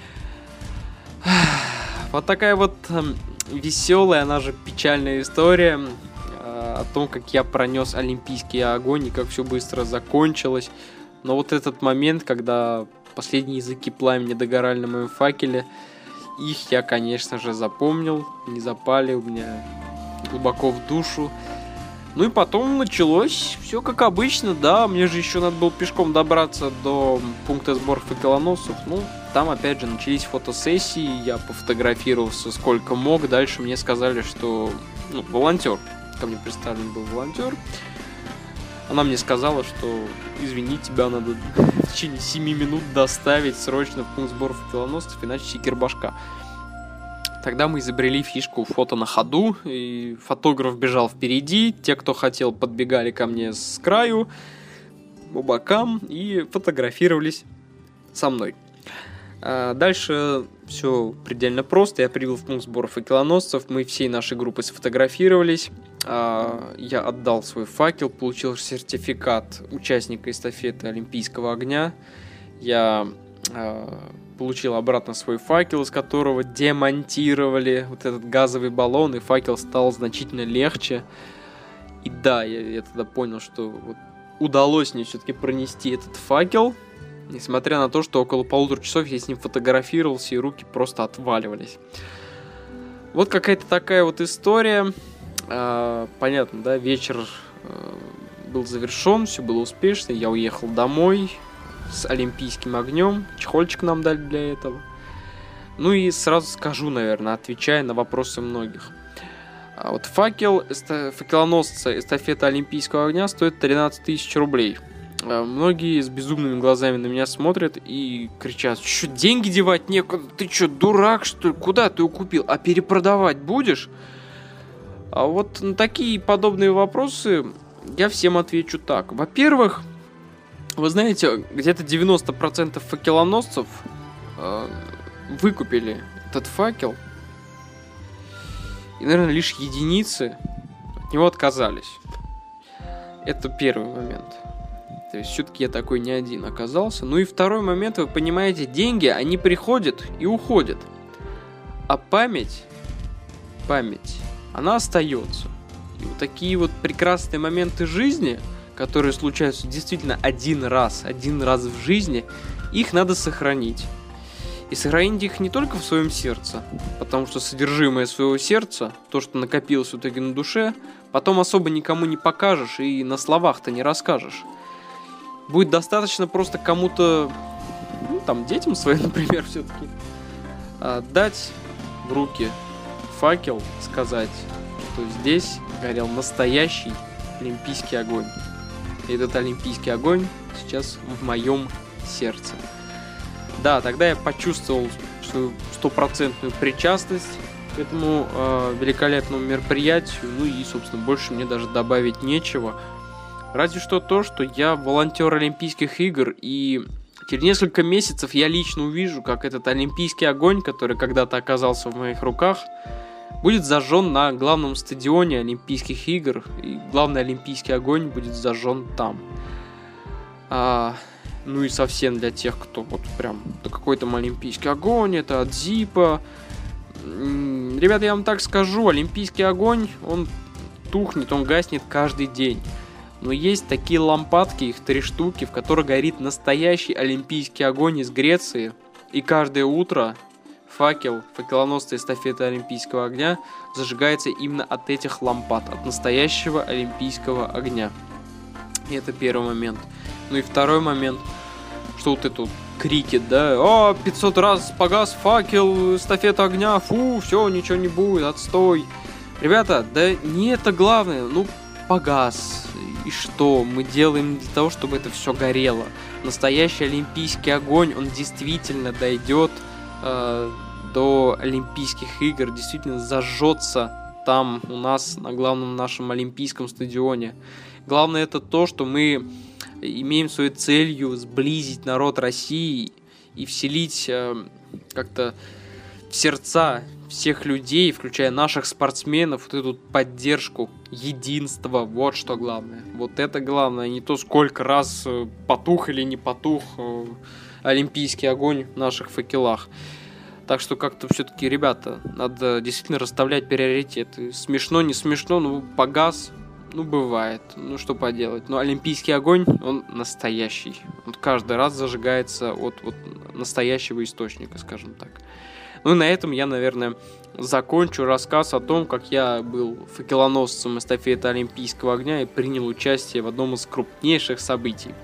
Вот такая вот э, веселая, она же печальная история э, о том, как я пронес олимпийский огонь и как все быстро закончилось. Но вот этот момент, когда последние языки пламени догорали на моем факеле, их я, конечно же, запомнил, не запали у меня глубоко в душу. Ну и потом началось все как обычно, да, мне же еще надо было пешком добраться до пункта сбора факелоносцев. Ну, там опять же начались фотосессии, я пофотографировался сколько мог, дальше мне сказали, что, ну, волонтер, ко мне представлен был волонтер, Она мне сказала, что извини, тебя надо в течение семи минут доставить срочно в пункт сбора факелоносцев, иначе секирбашка. Тогда мы изобрели фишку фото на ходу, и фотограф бежал впереди, те, кто хотел, подбегали ко мне с краю, по бокам и фотографировались со мной. А дальше все предельно просто. Я прибыл в пункт сбора факелоносцев, мы всей нашей группой сфотографировались. А я отдал свой факел, получил сертификат участника эстафеты Олимпийского огня. Я а, получил обратно свой факел, из которого демонтировали вот этот газовый баллон, и факел стал значительно легче. И да, я, я тогда понял, что вот удалось мне все-таки пронести этот факел. Несмотря на то, что около полутора часов я с ним фотографировался, и руки просто отваливались. Вот какая-то такая вот история. А, понятно, да, вечер а, был завершен, все было успешно. Я уехал домой с олимпийским огнем. Чехольчик нам дали для этого. Ну и сразу скажу, наверное, отвечая на вопросы многих. А вот факел эста- факелоносца эстафеты Олимпийского огня стоит тринадцать тысяч рублей. Многие с безумными глазами на меня смотрят и кричат: что, деньги девать некуда? Ты что, дурак, что ли? Куда ты его купил? А перепродавать будешь? А вот на такие подобные вопросы я всем отвечу так. Во-первых, вы знаете, где-то девяносто процентов факелоносцев э, выкупили этот факел. И, наверное, лишь единицы от него отказались. Это первый момент. То есть все-таки я такой не один оказался. Ну и второй момент, вы понимаете, деньги, они приходят и уходят. А память, память, она остается. И вот такие вот прекрасные моменты жизни, которые случаются действительно один раз, один раз в жизни, их надо сохранить. И сохранить их не только в своем сердце, потому что содержимое своего сердца, то, что накопилось в итоге на душе, потом особо никому не покажешь и на словах-то не расскажешь. Будет достаточно просто кому-то, ну, там, детям своим, например, все-таки, дать в руки факел, сказать, что здесь горел настоящий олимпийский огонь. И этот олимпийский огонь сейчас в моем сердце. Да, тогда я почувствовал свою стопроцентную причастность к этому э, великолепному мероприятию. Ну и, собственно, больше мне даже добавить нечего. Разве что то, что я волонтер Олимпийских игр, и через несколько месяцев я лично увижу, как этот олимпийский огонь, который когда-то оказался в моих руках, будет зажжен на главном стадионе Олимпийских игр, и главный олимпийский огонь будет зажжен там. А, ну и совсем для тех, кто вот прям, да какой там олимпийский огонь, это от Зипа. Ребята, я вам так скажу, олимпийский огонь, он тухнет, он гаснет каждый день. Но есть такие лампадки, их три штуки, в которых горит настоящий олимпийский огонь из Греции. И каждое утро факел факелоносца эстафеты Олимпийского огня зажигается именно от этих лампад, от настоящего олимпийского огня. И это первый момент. Ну и второй момент, что вот это вот крики, да, о, пятьсот раз погас факел эстафеты огня, фу, все, ничего не будет, отстой. Ребята, да не это главное, ну, погас. И что мы делаем для того, чтобы это все горело? Настоящий олимпийский огонь, он действительно дойдет э, до Олимпийских игр, действительно зажжется там у нас на главном нашем олимпийском стадионе. Главное это то, что мы имеем своей целью сблизить народ России и вселить э, как-то в сердца всех людей, включая наших спортсменов, вот эту поддержку, единство, вот что главное. Вот это главное, не то сколько раз потух или не потух олимпийский огонь в наших факелах. Так что как-то все-таки, ребята, надо действительно расставлять приоритеты. Смешно, не смешно, ну погас, ну бывает, ну что поделать. Но олимпийский огонь, он настоящий. Он каждый раз зажигается от, от настоящего источника, скажем так. Ну и на этом я, наверное, закончу рассказ о том, как я был факелоносцем эстафеты Олимпийского огня и принял участие в одном из крупнейших событий.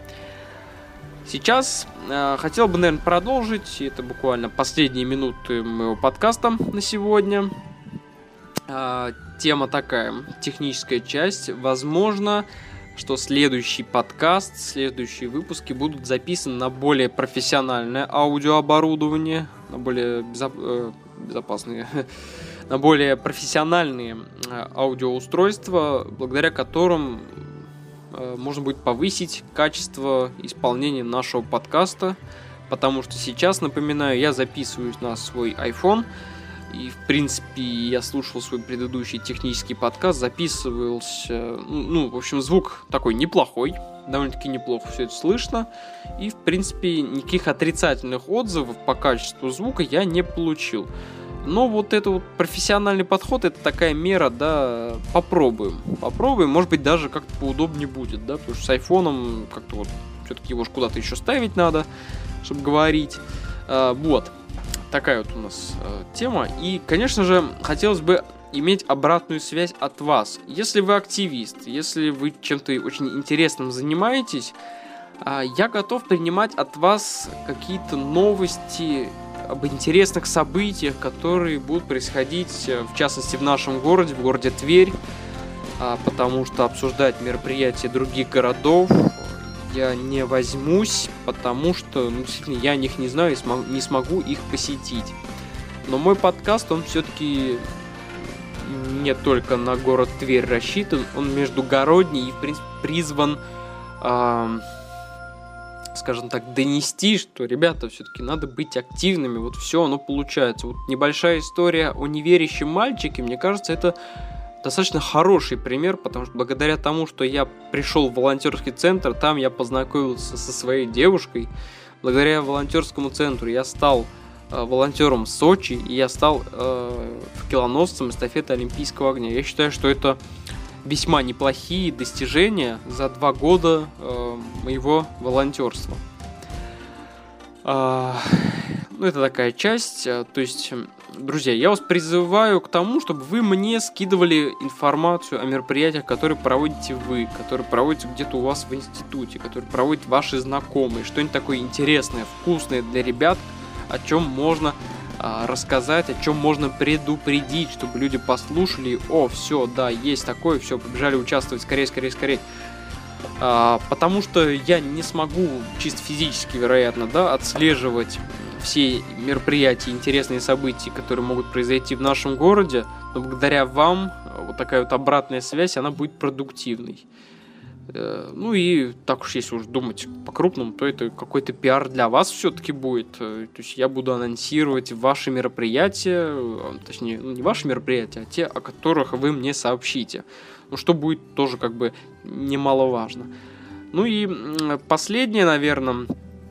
Сейчас э, хотел бы, наверное, продолжить. Это буквально последние минуты моего подкаста на сегодня. Э, тема такая, техническая часть. Возможно, что следующий подкаст, следующие выпуски будут записаны на более профессиональное аудиооборудование, на более безо- э, безопасные, на более профессиональные аудиоустройства, благодаря которым э, можно будет повысить качество исполнения нашего подкаста, потому что сейчас, напоминаю, я записываюсь на свой iPhone. И, в принципе, я слушал свой предыдущий технический подкаст, записывался, ну, в общем, звук такой неплохой, довольно-таки неплохо все это слышно. И, в принципе, никаких отрицательных отзывов по качеству звука я не получил. Но вот это вот профессиональный подход, это такая мера, да, попробуем. Попробуем, может быть, даже как-то поудобнее будет, да, потому что с айфоном как-то вот все-таки его же куда-то еще ставить надо, чтобы говорить. А, вот. Такая вот у нас э, тема. И, конечно же, хотелось бы иметь обратную связь от вас. Если вы активист, если вы чем-то очень интересным занимаетесь, э, я готов принимать от вас какие-то новости об интересных событиях, которые будут происходить, э, в частности, в нашем городе, в городе Тверь, э, потому что обсуждать мероприятия других городов я не возьмусь, потому что, ну, действительно, я о них не знаю и смог, не смогу их посетить. Но мой подкаст, он все-таки не только на город Тверь рассчитан, он междугородний и, в принципе, призван, э, скажем так, донести, что, ребята, все-таки надо быть активными, вот все оно получается. Вот небольшая история о неверящем мальчике, мне кажется, это достаточно хороший пример, потому что благодаря тому, что я пришел в волонтерский центр, там я познакомился со своей девушкой. Благодаря волонтерскому центру я стал э, волонтером в Сочи, и я стал э, факелоносцем эстафеты Олимпийского огня. Я считаю, что это весьма неплохие достижения за два года э, моего волонтерства. Э, ну, это такая часть, э, то есть... Друзья, я вас призываю к тому, чтобы вы мне скидывали информацию о мероприятиях, которые проводите вы, которые проводите где-то у вас в институте, которые проводят ваши знакомые, что-нибудь такое интересное, вкусное для ребят, о чем можно а, рассказать, о чем можно предупредить, чтобы люди послушали, о, все, да, есть такое, все, побежали участвовать, скорее, скорее, скорее. А, потому что я не смогу чисто физически, вероятно, да, отслеживать все мероприятия, интересные события, которые могут произойти в нашем городе, но благодаря вам вот такая вот обратная связь, она будет продуктивной. Ну и так уж, если уж думать по-крупному, то это какой-то пиар для вас все-таки будет. То есть я буду анонсировать ваши мероприятия, точнее, ну не ваши мероприятия, а те, о которых вы мне сообщите. Ну что будет тоже как бы немаловажно. Ну и последнее, наверное,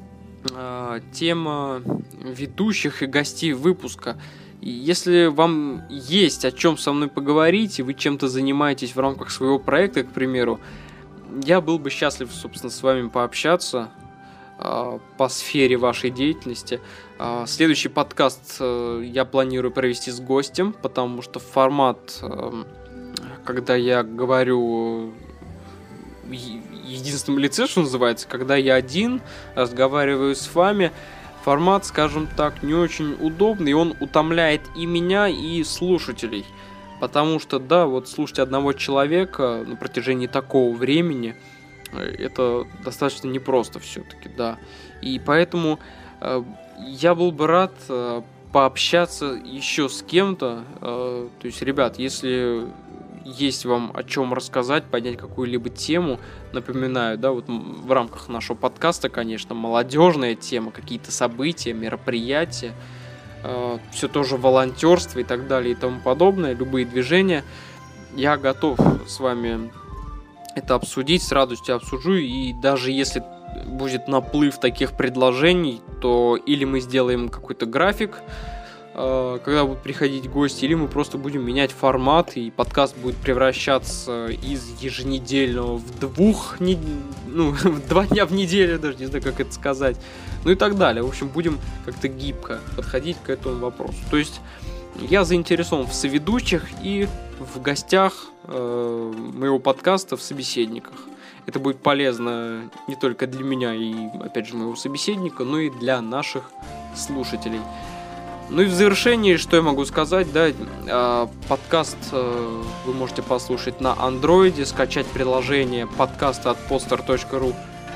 тема ведущих и гостей выпуска. И если вам есть о чем со мной поговорить, и вы чем-то занимаетесь в рамках своего проекта, к примеру, я был бы счастлив, собственно, с вами пообщаться э, по сфере вашей деятельности. Э, следующий подкаст э, я планирую провести с гостем, потому что формат, э, когда я говорю единственном лице, что называется, когда я один разговариваю с вами, формат, скажем так, не очень удобный, и он утомляет и меня, и слушателей. Потому что, да, вот слушать одного человека на протяжении такого времени, это достаточно непросто все-таки, да. И поэтому э, я был бы рад э, пообщаться еще с кем-то. Э, то есть, ребят, если есть вам о чем рассказать, поднять какую-либо тему, напоминаю, да, вот в рамках нашего подкаста, конечно, молодежная тема, какие-то события, мероприятия, э, все тоже волонтерство и так далее и тому подобное, любые движения, я готов с вами это обсудить, с радостью обсужу, и даже если будет наплыв таких предложений, то или мы сделаем какой-то график, когда будут приходить гости, или мы просто будем менять формат, и подкаст будет превращаться из еженедельного в двух, ну, в два дня в неделю, даже не знаю, как это сказать, ну и так далее. В общем, будем как-то гибко подходить к этому вопросу. То есть я заинтересован в соведущих и в гостях э, моего подкаста, в собеседниках. Это будет полезно не только для меня и, опять же, моего собеседника, но и для наших слушателей. Ну и в завершении, что я могу сказать, да, подкаст вы можете послушать на андроиде, скачать приложение подкаста от podster точка ру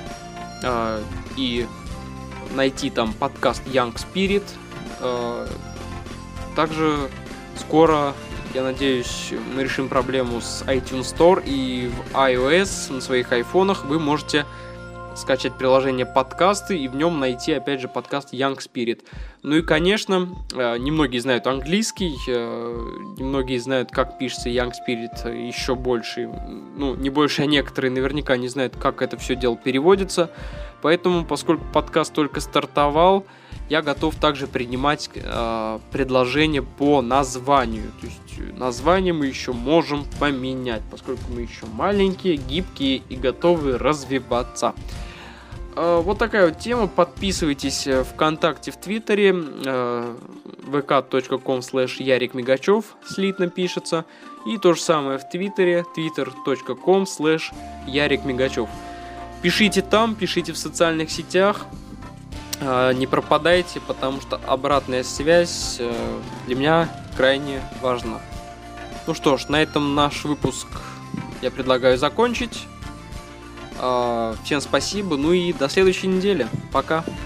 и найти там подкаст Young Spirit. Также скоро, я надеюсь, мы решим проблему с iTunes Store, и в iOS на своих айфонах вы можете скачать приложение подкасты и в нем найти, опять же, подкаст Young Spirit. Ну и, конечно, немногие знают английский, немногие знают, как пишется Young Spirit, еще больше, ну, не больше, а некоторые наверняка не знают, как это все дело переводится. Поэтому, поскольку подкаст только стартовал, я готов также принимать э, предложения по названию. То есть название мы еще можем поменять, поскольку мы еще маленькие, гибкие и готовы развиваться. Э, вот такая вот тема. Подписывайтесь ВКонтакте, в Твиттере, э, вэ ка точка ком слэш ярик мигачев, слитно пишется. И то же самое в Твиттере, твиттер точка ком слэш ярик мигачев. Пишите там, пишите в социальных сетях. Не пропадайте, потому что обратная связь для меня крайне важна. Ну что ж, на этом наш выпуск я предлагаю закончить. Всем спасибо, ну и до следующей недели. Пока.